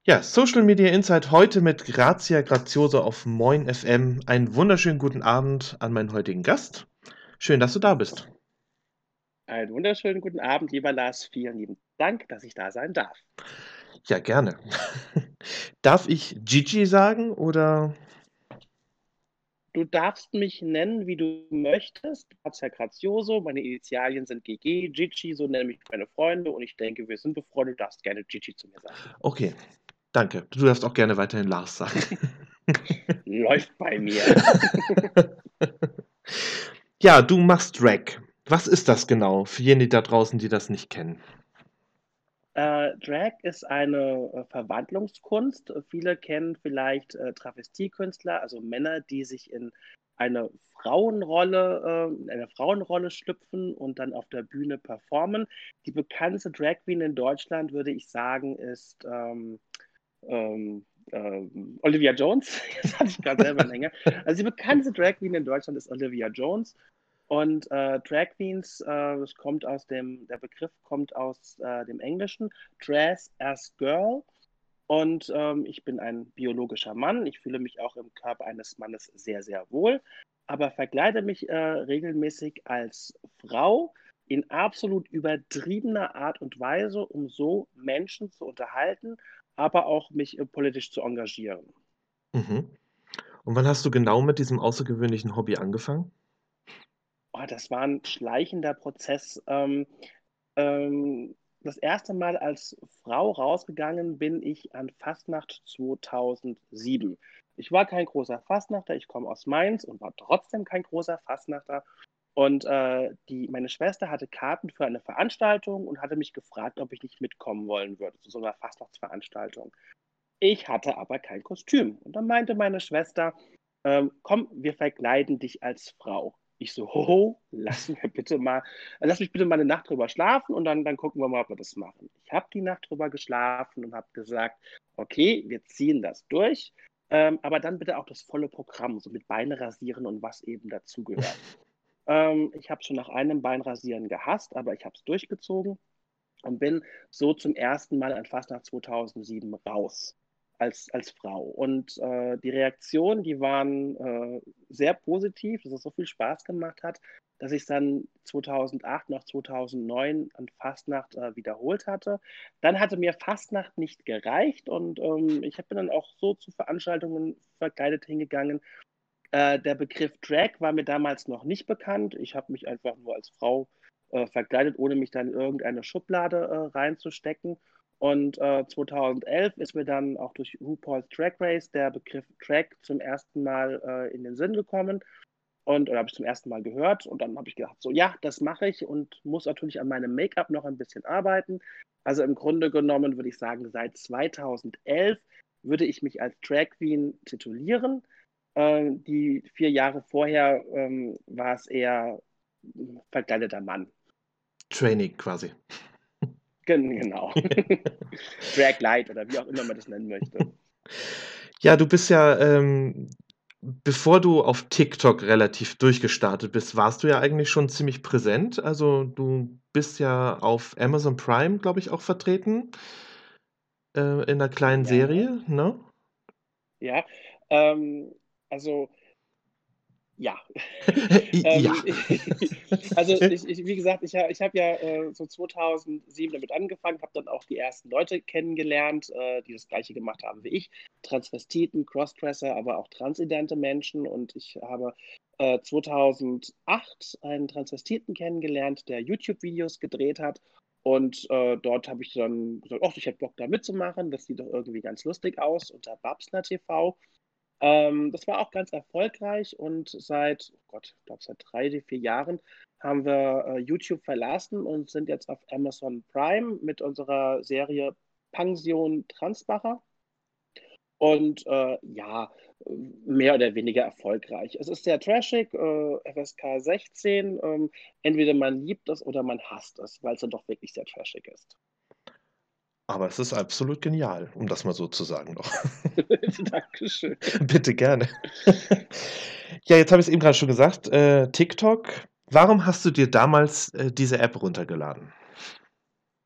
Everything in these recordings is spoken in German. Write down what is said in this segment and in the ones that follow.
Ja, Social Media Insight heute mit Grazia Grazioso auf Moin FM. Einen wunderschönen guten Abend an meinen heutigen Gast. Schön, dass du da bist. Einen wunderschönen guten Abend, lieber Lars. Vielen lieben Dank, dass ich da sein darf. Ja, gerne. Darf ich Gigi sagen oder? Du darfst mich nennen, wie du möchtest. Grazia Grazioso, meine Initialien sind GG, Gigi, so nennen mich meine Freunde und ich denke, wir sind befreundet. Du darfst gerne Gigi zu mir sagen. Okay, danke. Du darfst auch gerne weiterhin Lars sagen. Läuft bei mir. Ja, du machst Drag. Was ist das genau für jene da draußen, die das nicht kennen? Drag ist eine Verwandlungskunst. Viele kennen vielleicht Travestiekünstler, also Männer, die sich eine in eine Frauenrolle schlüpfen und dann auf der Bühne performen. Die bekannteste Drag Queen in Deutschland, würde ich sagen, ist Olivia Jones. Jetzt hatte ich gerade selber einen Hänger. Also die bekannteste Drag Queen in Deutschland ist Olivia Jones. Und Drag Queens, der Begriff kommt aus dem Englischen, Dress as Girl. Und ich bin ein biologischer Mann. Ich fühle mich auch im Körper eines Mannes sehr, sehr wohl, aber verkleide mich regelmäßig als Frau in absolut übertriebener Art und Weise, um so Menschen zu unterhalten, aber auch mich politisch zu engagieren. Mhm. Und wann hast du genau mit diesem außergewöhnlichen Hobby angefangen? Oh, das war ein schleichender Prozess. Das erste Mal als Frau rausgegangen bin ich an Fastnacht 2007. Ich war kein großer Fastnachter, ich komme aus Mainz und war trotzdem kein großer Fastnachter. Und meine Schwester hatte Karten für eine Veranstaltung und hatte mich gefragt, ob ich nicht mitkommen wollen würde zu so einer Fastnachtsveranstaltung. Ich hatte aber kein Kostüm. Und dann meinte meine Schwester, komm, wir verkleiden dich als Frau. Ich so, hoho, lass mich bitte mal eine Nacht drüber schlafen und dann gucken wir mal, ob wir das machen. Ich habe die Nacht drüber geschlafen und habe gesagt, okay, wir ziehen das durch, aber dann bitte auch das volle Programm, so mit Beine rasieren und was eben dazugehört. Ich habe schon nach einem Beinrasieren gehasst, aber ich habe es durchgezogen und bin so zum ersten Mal an Fastnacht 2007 raus als Frau. Und die Reaktionen, die waren sehr positiv, dass es so viel Spaß gemacht hat, dass ich es dann 2008 nach 2009 an Fastnacht wiederholt hatte. Dann hatte mir Fastnacht nicht gereicht und ich bin dann auch so zu Veranstaltungen verkleidet hingegangen. Der Begriff Drag war mir damals noch nicht bekannt. Ich habe mich einfach nur als Frau verkleidet, ohne mich dann in irgendeine Schublade reinzustecken. Und 2011 ist mir dann auch durch RuPaul's Drag Race der Begriff Drag zum ersten Mal in den Sinn gekommen oder habe ich zum ersten Mal gehört. Und dann habe ich gedacht, so ja, das mache ich und muss natürlich an meinem Make-up noch ein bisschen arbeiten. Also im Grunde genommen würde ich sagen, seit 2011 würde ich mich als Drag Queen titulieren. Die 4 Jahre vorher war es eher verkleideter Mann. Training quasi. Genau. Drag Light oder wie auch immer man das nennen möchte. Ja, du bist ja, bevor du auf TikTok relativ durchgestartet bist, warst du ja eigentlich schon ziemlich präsent. Also, du bist ja auf Amazon Prime, glaube ich, auch vertreten, in 'ner kleinen Ja, Serie, ne? ja. Also ja. Ja. ähm, wie gesagt, ich habe ja so 2007 damit angefangen, habe dann auch die ersten Leute kennengelernt, die das Gleiche gemacht haben wie ich. Transvestiten, Crossdresser, aber auch transidente Menschen. Und ich habe 2008 einen Transvestiten kennengelernt, der YouTube-Videos gedreht hat. Und dort habe ich dann gesagt, oh, ich hätte Bock da mitzumachen. Das sieht doch irgendwie ganz lustig aus unter Babsner TV. Das war auch ganz erfolgreich und oh Gott, ich glaube seit 3, 4 Jahren haben wir YouTube verlassen und sind jetzt auf Amazon Prime mit unserer Serie Pension Transbacher. Und ja, mehr oder weniger erfolgreich. Es ist sehr trashig, FSK 16. Entweder man liebt es oder man hasst es, weil es dann doch wirklich sehr trashig ist. Aber es ist absolut genial, um das mal so zu sagen noch. Dankeschön. Bitte, gerne. Ja, jetzt habe ich's eben grad schon gesagt, TikTok. Warum hast du dir damals, diese App runtergeladen?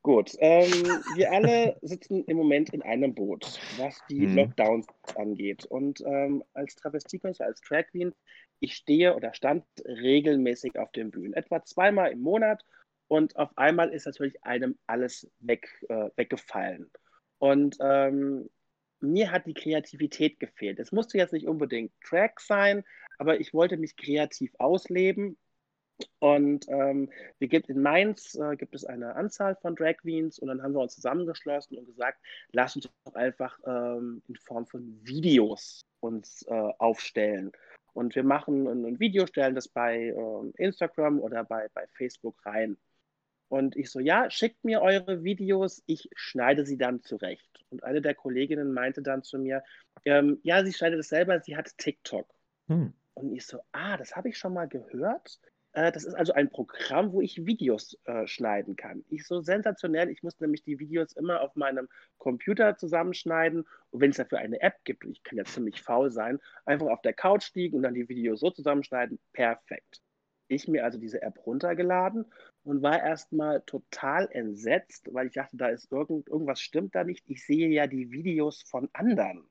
Gut, wir alle sitzen im Moment in einem Boot, was die Mhm. Lockdowns angeht. Und als Travestiekünstler, als Drag Queen, ich stehe oder stand regelmäßig auf den Bühnen, etwa zweimal im Monat. Und auf einmal ist natürlich einem alles weggefallen. Und mir hat die Kreativität gefehlt. Es musste jetzt nicht unbedingt Drag sein, aber ich wollte mich kreativ ausleben und in Mainz gibt es eine Anzahl von Drag Queens und dann haben wir uns zusammengeschlossen und gesagt, lass uns doch einfach in Form von Videos uns aufstellen. Und wir machen ein Video, stellen das bei Instagram oder bei Facebook rein. Und ich so, ja, schickt mir eure Videos, ich schneide sie dann zurecht. Und eine der Kolleginnen meinte dann zu mir, ja, sie schneidet es selber, sie hat TikTok. Hm. Und ich so, das habe ich schon mal gehört. Das ist also ein Programm, wo ich Videos schneiden kann. Ich so sensationell, ich muss nämlich die Videos immer auf meinem Computer zusammenschneiden. Und wenn es dafür eine App gibt, ich kann ja ziemlich faul sein, einfach auf der Couch liegen und dann die Videos so zusammenschneiden, perfekt. Ich mir also diese App runtergeladen und war erstmal total entsetzt, weil ich dachte, da ist irgendwas stimmt da nicht. Ich sehe ja die Videos von anderen.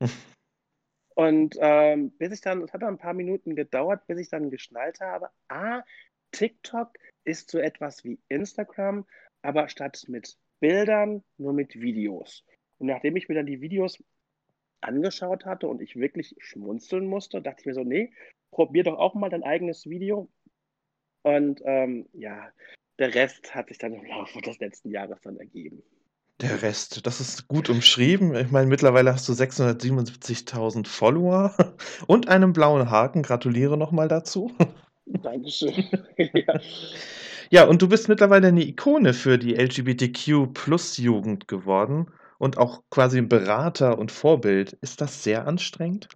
Und es hat dann ein paar Minuten gedauert, bis ich dann geschnallt habe, TikTok ist so etwas wie Instagram, aber statt mit Bildern nur mit Videos. Und nachdem ich mir dann die Videos angeschaut hatte und ich wirklich schmunzeln musste, dachte ich mir so, nee, probier doch auch mal dein eigenes Video. Und ja, der Rest hat sich dann im Laufe des letzten Jahres dann ergeben. Der Rest, das ist gut umschrieben. Ich meine, mittlerweile hast du 677.000 Follower und einen blauen Haken. Gratuliere noch mal dazu. Dankeschön. Ja. Ja, und du bist mittlerweile 'ne Ikone für die LGBTQ+-Jugend geworden und auch quasi 'n Berater und Vorbild. Ist das sehr anstrengend?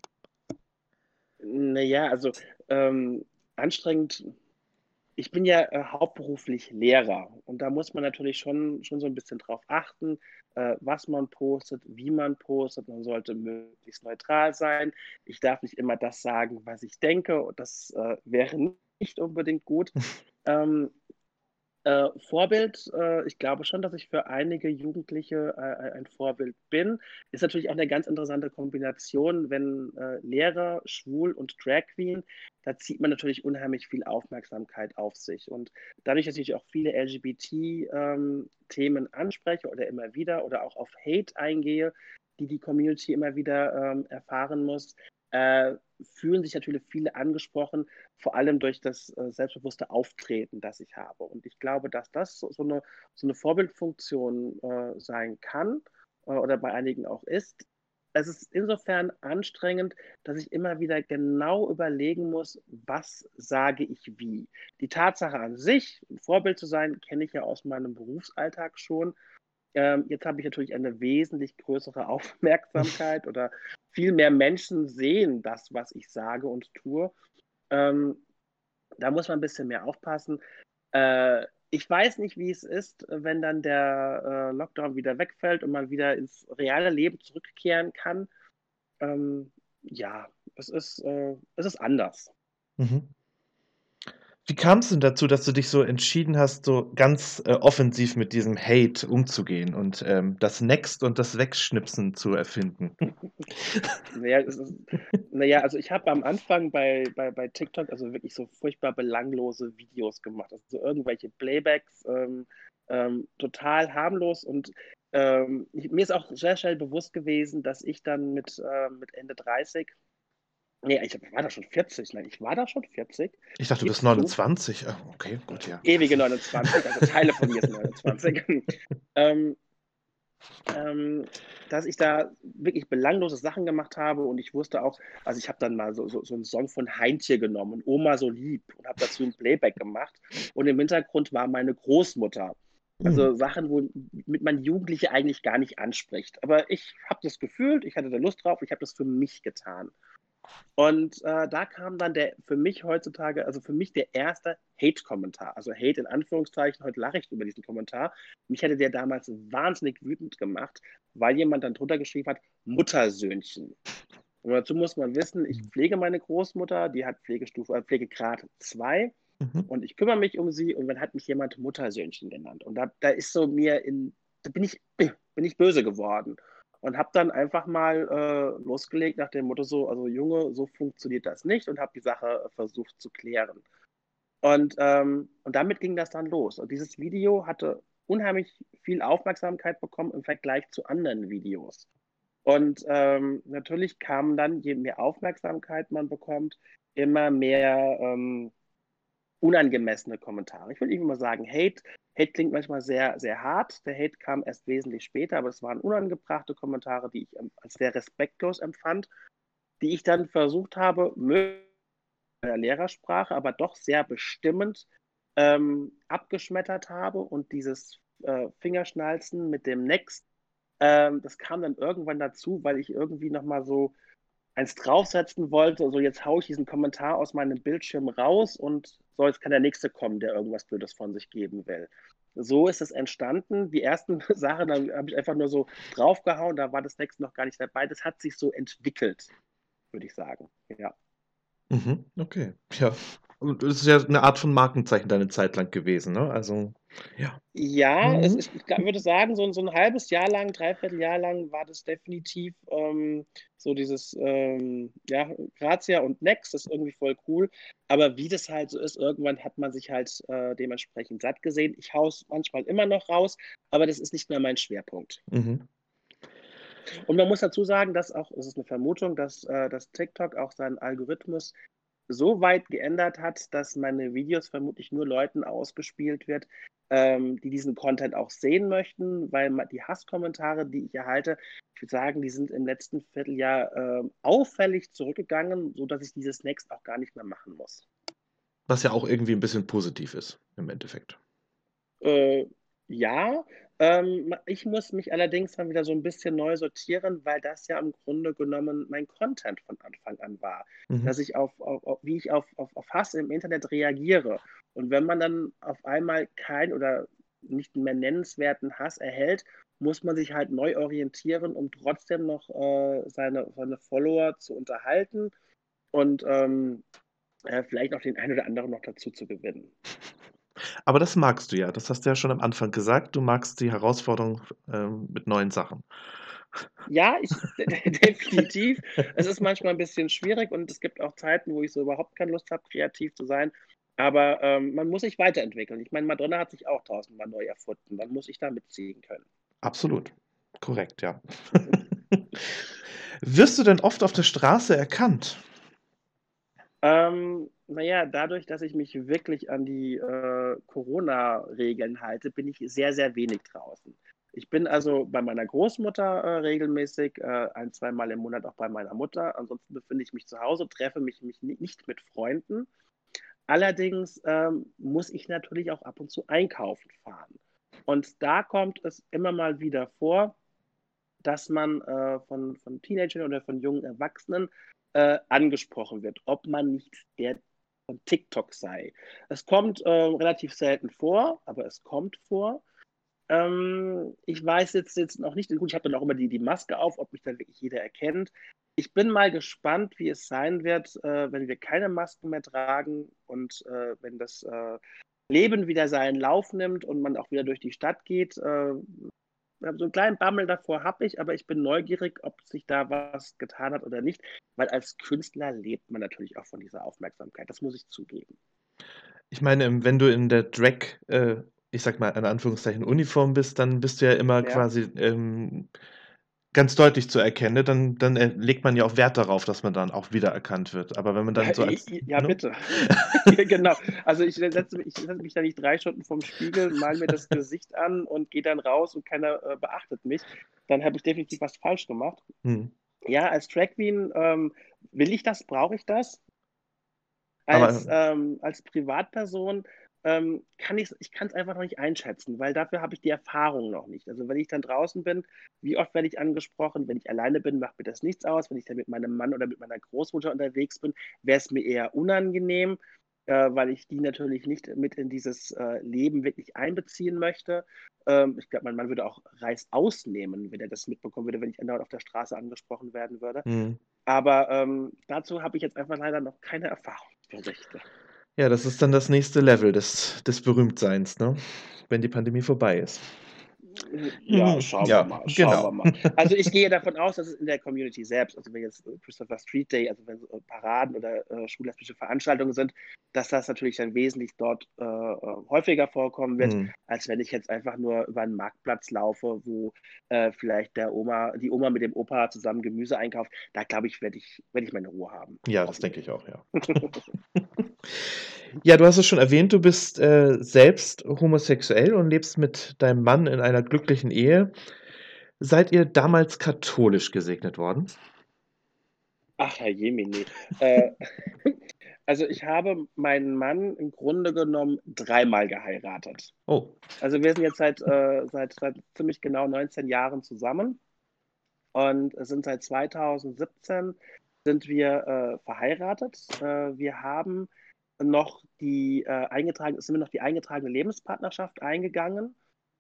Naja, also anstrengend. Ich bin ja hauptberuflich Lehrer und da muss man natürlich schon so ein bisschen drauf achten, was man postet, wie man postet. Man sollte möglichst neutral sein. Ich darf nicht immer das sagen, was ich denke und das wäre nicht unbedingt gut. Ähm, Vorbild, ich glaube schon, dass ich für einige Jugendliche ein Vorbild bin. Ist natürlich auch eine ganz interessante Kombination, wenn Lehrer, schwul und Drag Queen, da zieht man natürlich unheimlich viel Aufmerksamkeit auf sich. Und dadurch, dass ich auch viele LGBT-Themen anspreche oder immer wieder oder auch auf Hate eingehe, die Community immer wieder erfahren muss, äh, fühlen sich natürlich viele angesprochen, vor allem durch das selbstbewusste Auftreten, das ich habe. Und ich glaube, dass das so eine Vorbildfunktion sein kann oder bei einigen auch ist. Es ist insofern anstrengend, dass ich immer wieder genau überlegen muss, was sage ich wie. Die Tatsache an sich, ein Vorbild zu sein, kenne ich ja aus meinem Berufsalltag schon. Jetzt habe ich natürlich eine wesentlich größere Aufmerksamkeit oder viel mehr Menschen sehen das, was ich sage und tue. Ähm, Da muss man ein bisschen mehr aufpassen. Ich weiß nicht, wie es ist, wenn dann der Lockdown wieder wegfällt und man wieder ins reale Leben zurückkehren kann. Ja, es ist anders. Mhm. Wie kam's denn dazu, dass du dich so entschieden hast, so ganz, offensiv mit diesem Hate umzugehen und, das Next und das Wegschnipsen zu erfinden? Naja, naja, also ich habe am Anfang bei TikTok also wirklich so furchtbar belanglose Videos gemacht. Also so irgendwelche Playbacks, total harmlos und mir ist auch sehr schnell bewusst gewesen, dass ich dann mit Ende 30, nee, war da schon 40, nein, ich war da schon 40, Ich ich dachte, du gebe bist es zu, 29. Ah, okay, gut, ja. ewige 29, also Teile von mir sind 29. ähm, dass ich da wirklich belanglose Sachen gemacht habe und ich wusste auch, also ich habe dann mal so einen Song von Heintje genommen, Oma so lieb, und habe dazu ein Playback gemacht und im Hintergrund war meine Großmutter. Mhm. Also Sachen, womit man Jugendliche eigentlich gar nicht anspricht. Aber ich habe das gefühlt, ich hatte da Lust drauf, ich habe das für mich getan. Und da kam dann für mich heutzutage, also für mich der erste Hate-Kommentar, also Hate in Anführungszeichen, heute lache ich über diesen Kommentar. Mich hätte der damals wahnsinnig wütend gemacht, weil jemand dann drunter geschrieben hat, Muttersöhnchen. Und dazu muss man wissen, ich Mhm. pflege meine Großmutter, die hat Pflegegrad 2 Mhm. und ich kümmere mich um sie und dann hat mich jemand Muttersöhnchen genannt. Und da ist so mir da bin ich böse geworden und habe dann einfach mal losgelegt nach dem Motto so, also Junge, so funktioniert das nicht und habe die Sache versucht zu klären. Und damit ging das dann los. Und dieses Video hatte unheimlich viel Aufmerksamkeit bekommen im Vergleich zu anderen Videos. Und natürlich kamen dann, je mehr Aufmerksamkeit man bekommt, immer mehr unangemessene Kommentare. Ich will nicht immer sagen Hate. Hate klingt manchmal sehr, sehr hart. Der Hate kam erst wesentlich später, aber es waren unangebrachte Kommentare, die ich als sehr respektlos empfand, die ich dann versucht habe, in der Lehrersprache, aber doch sehr bestimmend abgeschmettert habe. Und dieses Fingerschnalzen mit dem Next, das kam dann irgendwann dazu, weil ich irgendwie nochmal so eins draufsetzen wollte. Also jetzt haue ich diesen Kommentar aus meinem Bildschirm raus und so, jetzt kann der Nächste kommen, der irgendwas Blödes von sich geben will. So ist es entstanden. Die ersten Sachen, da habe ich einfach nur so draufgehauen, da war das Nächste noch gar nicht dabei. Das hat sich so entwickelt, würde ich sagen. Ja. Mhm, okay. Ja. Und das ist ja eine Art von Markenzeichen deine Zeit lang gewesen, ne? Also, ja. Ja, Mhm. würde sagen, so ein halbes Jahr lang, dreiviertel Jahr lang war das definitiv so dieses ja, Grazia und Next, das ist irgendwie voll cool. Aber wie das halt so ist, irgendwann hat man sich halt dementsprechend satt gesehen. Ich haue es manchmal immer noch raus, aber das ist nicht mehr mein Schwerpunkt. Mhm. Und man muss dazu sagen, dass auch, es ist eine Vermutung, dass TikTok auch seinen Algorithmus so weit geändert hat, dass meine Videos vermutlich nur Leuten ausgespielt wird, die diesen Content auch sehen möchten, weil die Hasskommentare, die ich erhalte, ich würde sagen, die sind im letzten Vierteljahr auffällig zurückgegangen, sodass ich dieses Next auch gar nicht mehr machen muss. Was ja auch irgendwie ein bisschen positiv ist im Endeffekt. Äh, ja, ich muss mich allerdings dann wieder so ein bisschen neu sortieren, weil das ja im Grunde genommen mein Content von Anfang an war, Mhm. dass ich wie ich auf Hass im Internet reagiere. Und wenn man dann auf einmal kein oder nicht mehr nennenswerten Hass erhält, muss man sich halt neu orientieren, um trotzdem noch seine Follower zu unterhalten und vielleicht auch den einen oder anderen noch dazu zu gewinnen. Aber das magst du ja. Das hast du ja schon am Anfang gesagt. Du magst die Herausforderung, mit neuen Sachen. Ja, definitiv. Es ist manchmal ein bisschen schwierig und es gibt auch Zeiten, wo ich so überhaupt keine Lust habe, kreativ zu sein. Aber man muss sich weiterentwickeln. Ich meine, Madonna hat sich auch tausendmal neu erfunden. Dann muss ich da mitziehen können. Absolut. Korrekt, ja. Wirst du denn oft auf der Straße erkannt? Naja, dadurch, dass ich mich wirklich an die Corona-Regeln halte, bin ich sehr, sehr wenig draußen. Ich bin also bei meiner Großmutter regelmäßig, ein, zweimal im Monat auch bei meiner Mutter. Ansonsten befinde ich mich zu Hause, treffe mich nicht mit Freunden. Allerdings muss ich natürlich auch ab und zu einkaufen fahren. Und da kommt es immer mal wieder vor, dass man von Teenagern oder von jungen Erwachsenen angesprochen wird, ob man nicht der von TikTok sei. Es kommt relativ selten vor, aber es kommt vor. Ich weiß jetzt noch nicht, gut, ich habe dann auch immer die Maske auf, ob mich dann wirklich jeder erkennt. Ich bin mal gespannt, wie es sein wird, wenn wir keine Masken mehr tragen und wenn das Leben wieder seinen Lauf nimmt und man auch wieder durch die Stadt geht. So einen kleinen Bammel davor habe ich, aber ich bin neugierig, ob sich da was getan hat oder nicht, weil als Künstler lebt man natürlich auch von dieser Aufmerksamkeit. Das muss ich zugeben. Ich meine, wenn du in der Drag, ich sage mal in Anführungszeichen Uniform bist, dann bist du ja immer Ja. quasi, ganz deutlich zu erkennen, ne? Dann, legt man ja auch Wert darauf, dass man dann auch wiedererkannt wird. Aber wenn man dann so als Ja, ne? bitte. Genau. Also ich setze mich da nicht 3 Stunden vorm Spiegel, mal mir das Gesicht an und gehe dann raus und keiner beachtet mich. Dann habe ich definitiv was falsch gemacht. Mhm. Ja, als Drag Queen will ich das, brauche ich das? Aber Als Privatperson ich kann es einfach noch nicht einschätzen, weil dafür habe ich die Erfahrung noch nicht. Also wenn ich dann draußen bin, wie oft werde ich angesprochen? Wenn ich alleine bin, macht mir das nichts aus. Wenn ich dann mit meinem Mann oder mit meiner Großmutter unterwegs bin, wäre es mir eher unangenehm, weil ich die natürlich nicht mit in dieses Leben wirklich einbeziehen möchte. Ich glaube, mein Mann würde auch Reißaus nehmen, wenn er das mitbekommen würde, wenn ich andauernd auf der Straße angesprochen werden würde. mhm. Aber dazu habe ich jetzt einfach leider noch keine Erfahrungsberichte. Ja, das ist dann das nächste Level des Berühmtseins, ne? Wenn die Pandemie vorbei ist. Ja, schauen wir Ja, mal, schauen wir genau. mal. Also ich gehe davon aus, dass es in der Community selbst, also wenn jetzt Christopher Street Day, also wenn so Paraden oder schwul-lesbische Veranstaltungen sind, dass das natürlich dann wesentlich dort häufiger vorkommen wird, Mhm. als wenn ich jetzt einfach nur über einen Marktplatz laufe, wo vielleicht die Oma mit dem Opa zusammen Gemüse einkauft. Da glaube ich, werde ich meine Ruhe haben. Ja, das denke ich auch, ja. Ja, du hast es schon erwähnt, du bist, selbst homosexuell und lebst mit deinem Mann in einer glücklichen Ehe. Seid ihr damals katholisch gesegnet worden? Ach, Herr Jemine. Äh, also ich habe meinen Mann im Grunde genommen dreimal geheiratet. Oh. Also wir sind jetzt seit ziemlich genau 19 Jahren zusammen und sind seit 2017 sind wir verheiratet. Wir haben noch sind wir noch die eingetragene Lebenspartnerschaft eingegangen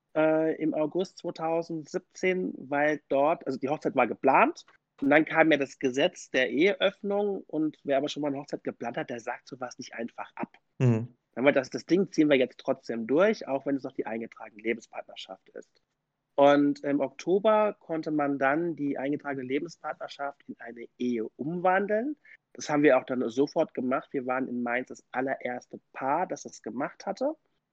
im August 2017, weil dort, also die Hochzeit war geplant und dann kam ja das Gesetz der Eheöffnung und wer aber schon mal eine Hochzeit geplant hat, der sagt sowas nicht einfach ab. Mhm. Dann haben wir das Ding ziehen wir jetzt trotzdem durch, auch wenn es noch die eingetragene Lebenspartnerschaft ist. Und im Oktober konnte man dann die eingetragene Lebenspartnerschaft in eine Ehe umwandeln. Das haben wir auch dann sofort gemacht. Wir waren in Mainz das allererste Paar, das das gemacht hatte.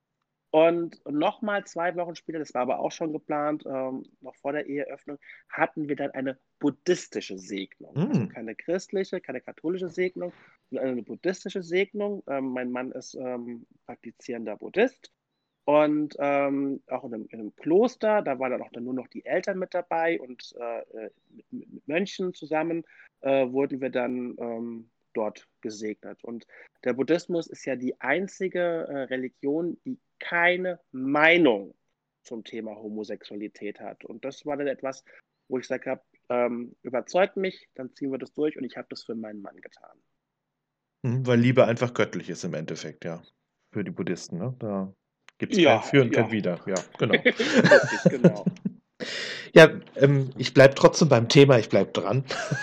Und nochmal 2 Wochen später, das war aber auch schon geplant, noch vor der Eheöffnung, hatten wir dann eine buddhistische Segnung. Also Mhm. keine christliche, keine katholische Segnung, sondern eine buddhistische Segnung. Mein Mann ist praktizierender Buddhist und auch in einem Kloster. Da waren dann nur noch die Eltern mit dabei und mit Mönchen zusammen wurden wir dann dort gesegnet. Und der Buddhismus ist ja die einzige Religion, die keine Meinung zum Thema Homosexualität hat. Und das war dann etwas, wo ich gesagt habe, überzeugt mich, dann ziehen wir das durch und ich habe das für meinen Mann getan. Mhm, weil Liebe einfach göttlich ist im Endeffekt, ja, für die Buddhisten, ne? Da gibt's kein Ja, Für und kein ja, Wider. Ja, genau. richtig, genau. Ja, ich bleibe trotzdem beim Thema, ich bleibe dran.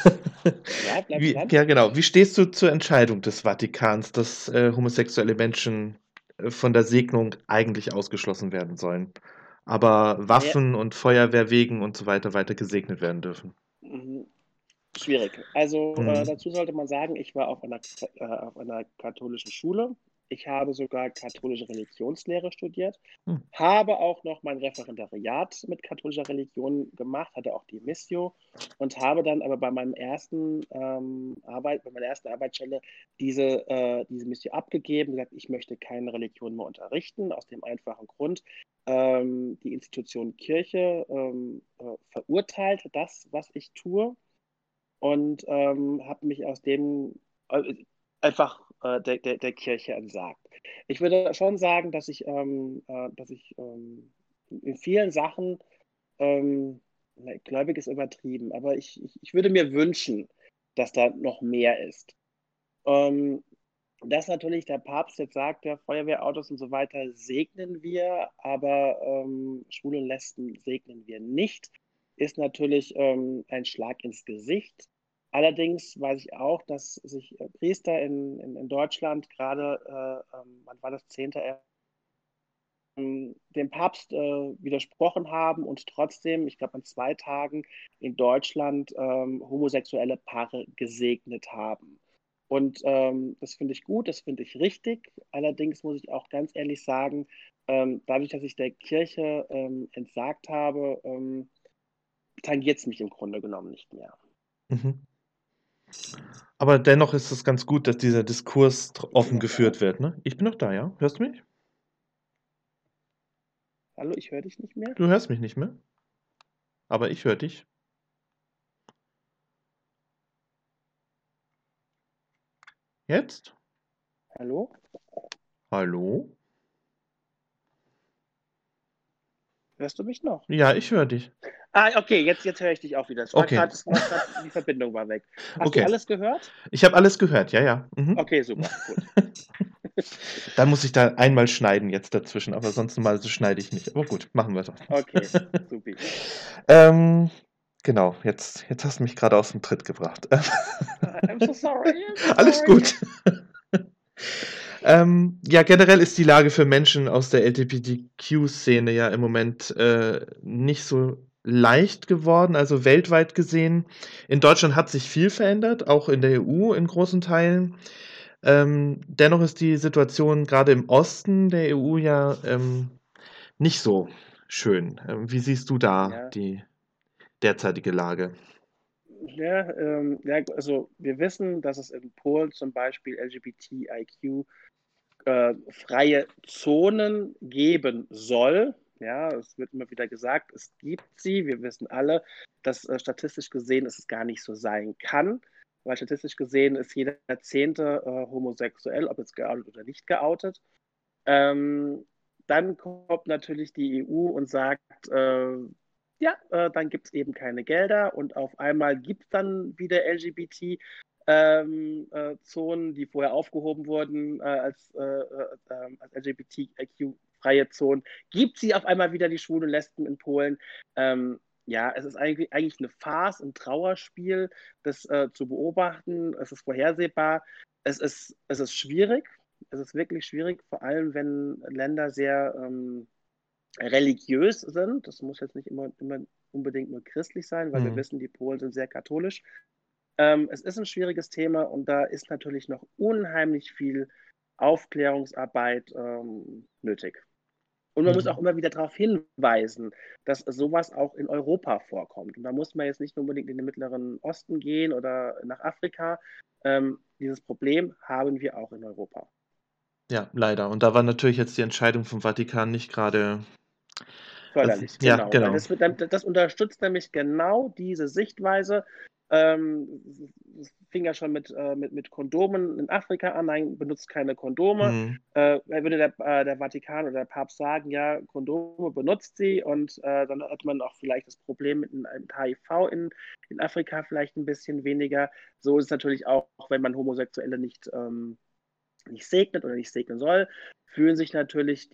Ja, bleibst dran. Ja, genau. Wie stehst du zur Entscheidung des Vatikans, dass, homosexuelle Menschen, von der Segnung eigentlich ausgeschlossen werden sollen, aber Naja, Waffen und Feuerwehr wegen und so weiter weiter gesegnet werden dürfen? mhm. Schwierig. Also Mhm. dazu sollte man sagen, ich war auf einer katholischen Schule. Ich habe sogar katholische Religionslehre studiert, Hm. habe auch noch mein Referendariat mit katholischer Religion gemacht, hatte auch die Missio und habe dann aber bei meiner ersten Arbeitsstelle diese Missio abgegeben, gesagt, ich möchte keine Religion mehr unterrichten, aus dem einfachen Grund, die Institution Kirche verurteilt das, was ich tue und habe mich aus dem einfach der Kirche entsagt. Ich würde schon sagen, dass ich in vielen Sachen, gläubig ist übertrieben, aber ich würde mir wünschen, dass da noch mehr ist. Ähm, dass natürlich der Papst jetzt sagt, ja, Feuerwehrautos und so weiter segnen wir, aber Schwule und Lesben segnen wir nicht, ist natürlich ein Schlag ins Gesicht. Allerdings weiß ich auch, dass sich Priester in Deutschland gerade, wann war das, 10., dem Papst widersprochen haben und trotzdem, ich glaube, an 2 Tagen in Deutschland homosexuelle Paare gesegnet haben. Und das finde ich gut, das finde ich richtig. Allerdings muss ich auch ganz ehrlich sagen, dadurch, dass ich der Kirche entsagt habe, tangiert es mich im Grunde genommen nicht mehr. Mhm. Aber dennoch ist es ganz gut, dass dieser Diskurs Sind Sie offen noch da? geführt wird, ne? Ich bin noch da, ja? Hörst du mich? Hallo, ich höre dich nicht mehr. Du hörst mich nicht mehr, aber ich höre dich. Jetzt? Hallo? Hallo? Hörst du mich noch? Ja, ich höre dich. Ah, okay, jetzt höre ich dich auch wieder. Okay, Die Verbindung war weg. Hast du okay. alles gehört? Ich habe alles gehört, ja, ja. Mhm. Okay, super, gut. Dann muss ich da einmal schneiden jetzt dazwischen, aber sonst normalerweise schneide ich nicht. Aber gut, machen wir doch. Okay, supi. Ähm, genau, jetzt hast du mich gerade aus dem Tritt gebracht. I'm so sorry, I'm so Alles sorry. gut. Ja, generell ist die Lage für Menschen aus der LGBTQ-Szene ja im Moment nicht so leicht geworden, also weltweit gesehen. In Deutschland hat sich viel verändert, auch in der EU in großen Teilen. Dennoch ist die Situation gerade im Osten der EU ja nicht so schön. Wie siehst du da Ja, die derzeitige Lage? ja, also wir wissen, dass es in Polen zum Beispiel LGBTIQ freie Zonen geben soll. Ja, es wird immer wieder gesagt, es gibt sie. Wir wissen alle, dass statistisch gesehen es gar nicht so sein kann, weil statistisch gesehen ist jeder Zehnte homosexuell, ob jetzt geoutet oder nicht geoutet. Ähm, Dann kommt natürlich die EU und sagt, ja, dann gibt es eben keine Gelder und auf einmal gibt es dann wieder LGBT-Zonen, die vorher aufgehoben wurden als LGBTIQ-freie Zonen, gibt sie auf einmal wieder die Schwulen und Lesben in Polen. Ja, es ist eigentlich eine Farce, ein Trauerspiel, das zu beobachten. Es ist vorhersehbar. Es ist schwierig. Es ist wirklich schwierig, vor allem wenn Länder sehr religiös sind. Das muss jetzt nicht immer unbedingt nur christlich sein, weil wir Mhm. wissen, die Polen sind sehr katholisch. Es ist ein schwieriges Thema und da ist natürlich noch unheimlich viel Aufklärungsarbeit nötig. Und man muss auch Mhm. immer wieder darauf hinweisen, dass sowas auch in Europa vorkommt. Und da muss man jetzt nicht unbedingt in den Mittleren Osten gehen oder nach Afrika. Dieses Problem haben wir auch in Europa. Ja, leider. Und da war natürlich jetzt die Entscheidung vom Vatikan nicht gerade. Also, Förderlich, ja, genau. Weil genau. das unterstützt nämlich genau diese Sichtweise. Es fing ja schon mit Kondomen in Afrika an. Nein, benutzt keine Kondome. Mhm. Würde der Vatikan oder der Papst sagen, ja, Kondome benutzt sie und dann hat man auch vielleicht das Problem mit HIV in Afrika vielleicht ein bisschen weniger. So ist es natürlich auch, wenn man Homosexuelle nicht segnet oder nicht segnen soll, fühlen sich natürlich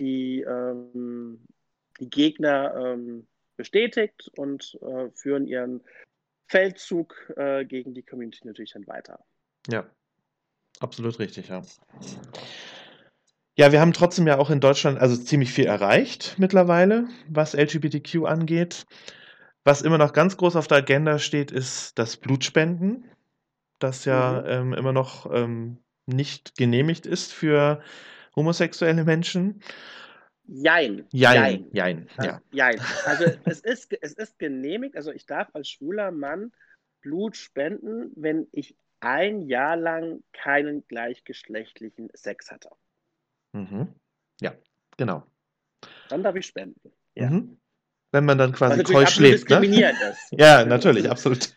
die Gegner bestätigt und führen ihren Feldzug gegen die Community natürlich dann weiter. Ja, absolut richtig, ja. Ja, wir haben trotzdem ja auch in Deutschland also ziemlich viel erreicht mittlerweile, was LGBTQ angeht. Was immer noch ganz groß auf der Agenda steht, ist das Blutspenden, das ja Mhm. immer noch nicht genehmigt ist für homosexuelle Menschen. Jein, Jein, jein. jein, Also, ja. jein. Also es ist genehmigt, also ich darf als schwuler Mann Blut spenden, wenn ich ein Jahr lang keinen gleichgeschlechtlichen Sex hatte. Mhm. Ja, genau. Dann darf ich spenden. Ja. Mhm. Wenn man dann Was quasi natürlich keusch absolut lebt, ne? diskriminierend ist. Ja, natürlich, absolut.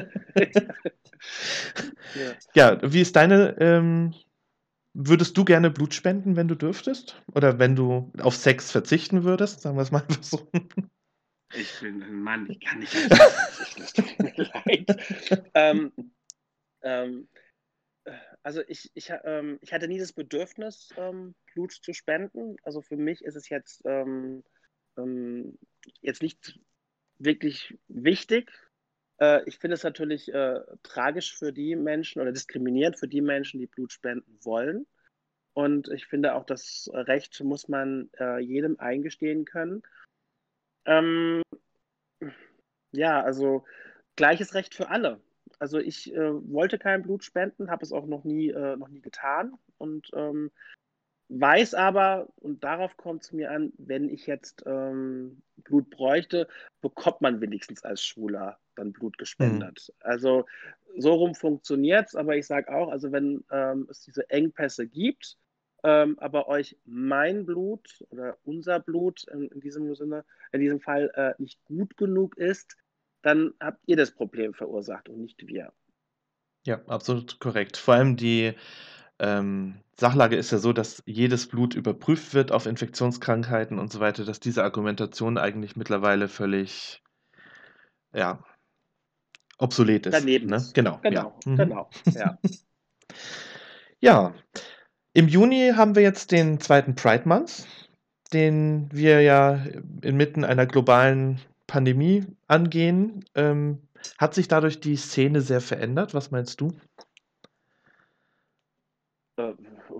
Ja. Ja, wie ist deine würdest du gerne Blut spenden, wenn du dürftest? Oder wenn du auf Sex verzichten würdest? Sagen wir es mal einfach so. Ich bin ein Mann, ich kann nicht auf Sex verzichten, es tut mir leid. Ähm, ähm, also ich hatte nie das Bedürfnis, Blut zu spenden. Also für mich ist es jetzt nicht wirklich wichtig. Ich finde es natürlich tragisch für die Menschen oder diskriminierend für die Menschen, die Blut spenden wollen. Und ich finde auch, das Recht muss man jedem eingestehen können. Ähm, ja, also gleiches Recht für alle. Also ich wollte kein Blut spenden, habe es auch noch nie getan und weiß aber, und darauf kommt es mir an, wenn ich jetzt Blut bräuchte, bekommt man wenigstens als Schwuler dann Blut Mhm. gespendet. Also so rum funktioniert es, aber ich sage auch, also wenn es diese Engpässe gibt, aber euch mein Blut oder unser Blut in diesem Sinne, in diesem Fall nicht gut genug ist, dann habt ihr das Problem verursacht und nicht wir. Ja, absolut korrekt. Vor allem die Sachlage ist ja so, dass jedes Blut überprüft wird auf Infektionskrankheiten und so weiter, dass diese Argumentation eigentlich mittlerweile völlig, ja, obsolet ist, Daneben ne? ist. Genau, ja. Genau, Mhm. genau, ja. Ja, im Juni haben wir jetzt den zweiten Pride Month, den wir ja inmitten einer globalen Pandemie angehen. Hat sich dadurch die Szene sehr verändert? Was meinst du? Äh,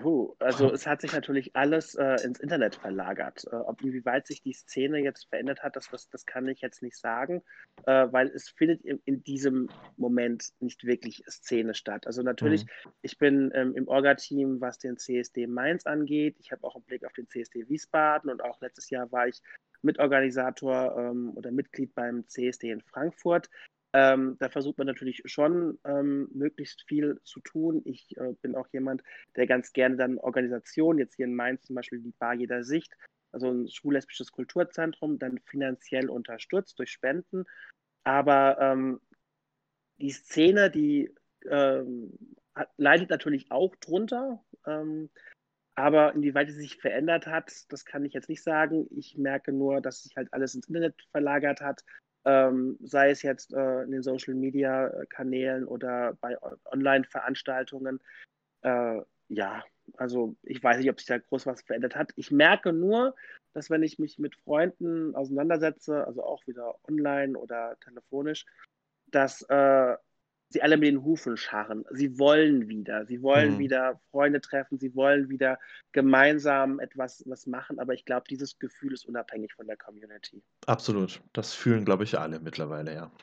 Also es hat sich natürlich alles ins Internet verlagert. Inwieweit sich die Szene jetzt verändert hat, das kann ich jetzt nicht sagen, weil es findet in diesem Moment nicht wirklich Szene statt. Also natürlich, Mhm. ich bin im Orga-Team, was den CSD Mainz angeht. Ich habe auch einen Blick auf den CSD Wiesbaden und auch letztes Jahr war ich Mitorganisator oder Mitglied beim CSD in Frankfurt. Da versucht man natürlich schon, möglichst viel zu tun. Ich bin auch jemand, der ganz gerne dann Organisationen, jetzt hier in Mainz zum Beispiel die Bar Jeder Sicht, also ein schwul-lesbisches Kulturzentrum, dann finanziell unterstützt durch Spenden. Aber die Szene, die leidet natürlich auch drunter. Aber inwieweit sie sich verändert hat, das kann ich jetzt nicht sagen. Ich merke nur, dass sich halt alles ins Internet verlagert hat, sei es jetzt in den Social-Media-Kanälen oder bei Online-Veranstaltungen. Ja, also ich weiß nicht, ob sich da groß was verändert hat. Ich merke nur, dass wenn ich mich mit Freunden auseinandersetze, also auch wieder online oder telefonisch, dass sie alle mit den Hufen scharren. Sie wollen Mhm. wieder Freunde treffen, sie wollen wieder gemeinsam etwas was machen, aber ich glaube, dieses Gefühl ist unabhängig von der Community. Absolut. Das fühlen, glaube ich, alle mittlerweile, ja.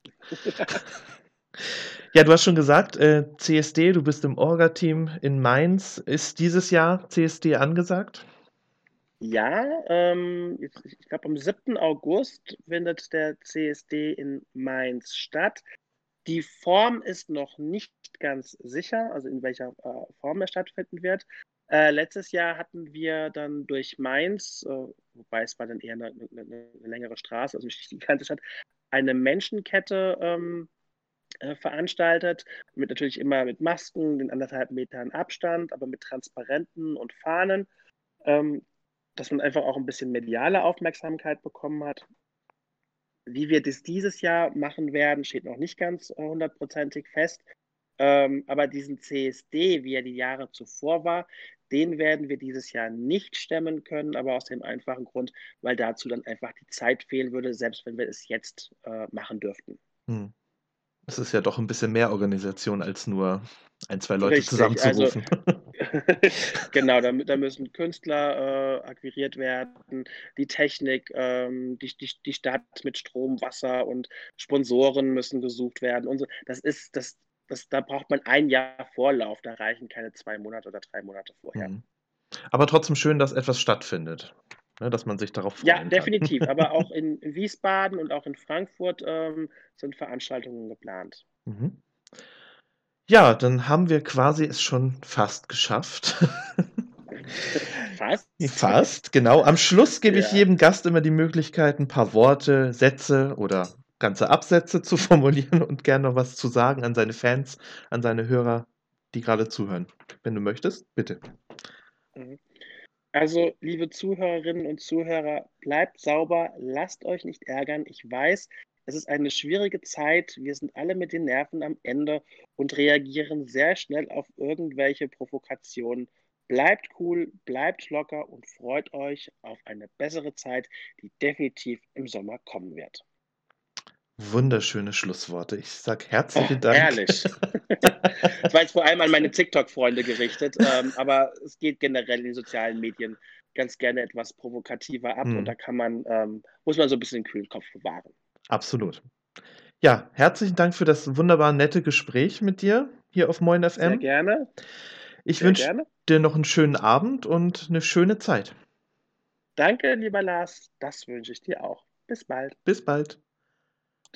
Ja, du hast schon gesagt, CSD, du bist im Orga-Team in Mainz. Ist dieses Jahr CSD angesagt? Ja, ich glaube, am 7. August findet der CSD in Mainz statt. Die Form ist noch nicht ganz sicher, also in welcher Form er stattfinden wird. Letztes Jahr hatten wir dann durch Mainz, wobei es war dann eher eine längere Straße, also nicht die ganze Stadt, eine Menschenkette veranstaltet, natürlich immer mit Masken, den 1,5 Metern Abstand, aber mit Transparenten und Fahnen, ähm, dass man einfach auch ein bisschen mediale Aufmerksamkeit bekommen hat. Wie wir das dieses Jahr machen werden, steht noch nicht ganz hundertprozentig fest. Aber diesen CSD, wie er die Jahre zuvor war, den werden wir dieses Jahr nicht stemmen können, aber aus dem einfachen Grund, weil dazu dann einfach die Zeit fehlen würde, selbst wenn wir es jetzt machen dürften. Mhm. Es ist ja doch ein bisschen mehr Organisation, als nur ein, 2 Leute Richtig, also zusammenzurufen. genau, da müssen Künstler akquiriert werden, die Technik, die Stadt mit Strom, Wasser und Sponsoren müssen gesucht werden und so. Da braucht man ein Jahr Vorlauf, da reichen keine 2 Monate oder 3 Monate vorher. Mhm. Aber trotzdem schön, dass etwas stattfindet, ne, dass man sich darauf Ja, freuen kann. definitiv. Aber auch in Wiesbaden und auch in Frankfurt sind Veranstaltungen geplant. Mhm. Ja, dann haben wir quasi es schon fast geschafft. Fast. Fast, genau. Am Schluss gebe ich Ja. jedem Gast immer die Möglichkeit, ein paar Worte, Sätze oder ganze Absätze zu formulieren und gerne noch was zu sagen an seine Fans, an seine Hörer, die gerade zuhören. Wenn du möchtest, bitte. Mhm. Also, liebe Zuhörerinnen und Zuhörer, bleibt sauber, lasst euch nicht ärgern. Ich weiß, es ist eine schwierige Zeit. Wir sind alle mit den Nerven am Ende und reagieren sehr schnell auf irgendwelche Provokationen. Bleibt cool, bleibt locker und freut euch auf eine bessere Zeit, die definitiv im Sommer kommen wird. Wunderschöne Schlussworte. Ich sage Oh, herzlichen Dank. herrlich. Es war jetzt vor allem an meine TikTok-Freunde gerichtet, aber es geht generell in den sozialen Medien ganz gerne etwas provokativer ab und Mhm, da muss man so ein bisschen den kühlen Kopf bewahren. absolut. Ja, herzlichen Dank für das wunderbar nette Gespräch mit dir hier auf Moin Sehr FM. gerne, Ich sehr wünsche gerne. dir noch einen schönen Abend und eine schöne Zeit. Danke, lieber Lars, das wünsche ich dir auch. Bis bald. Bis bald.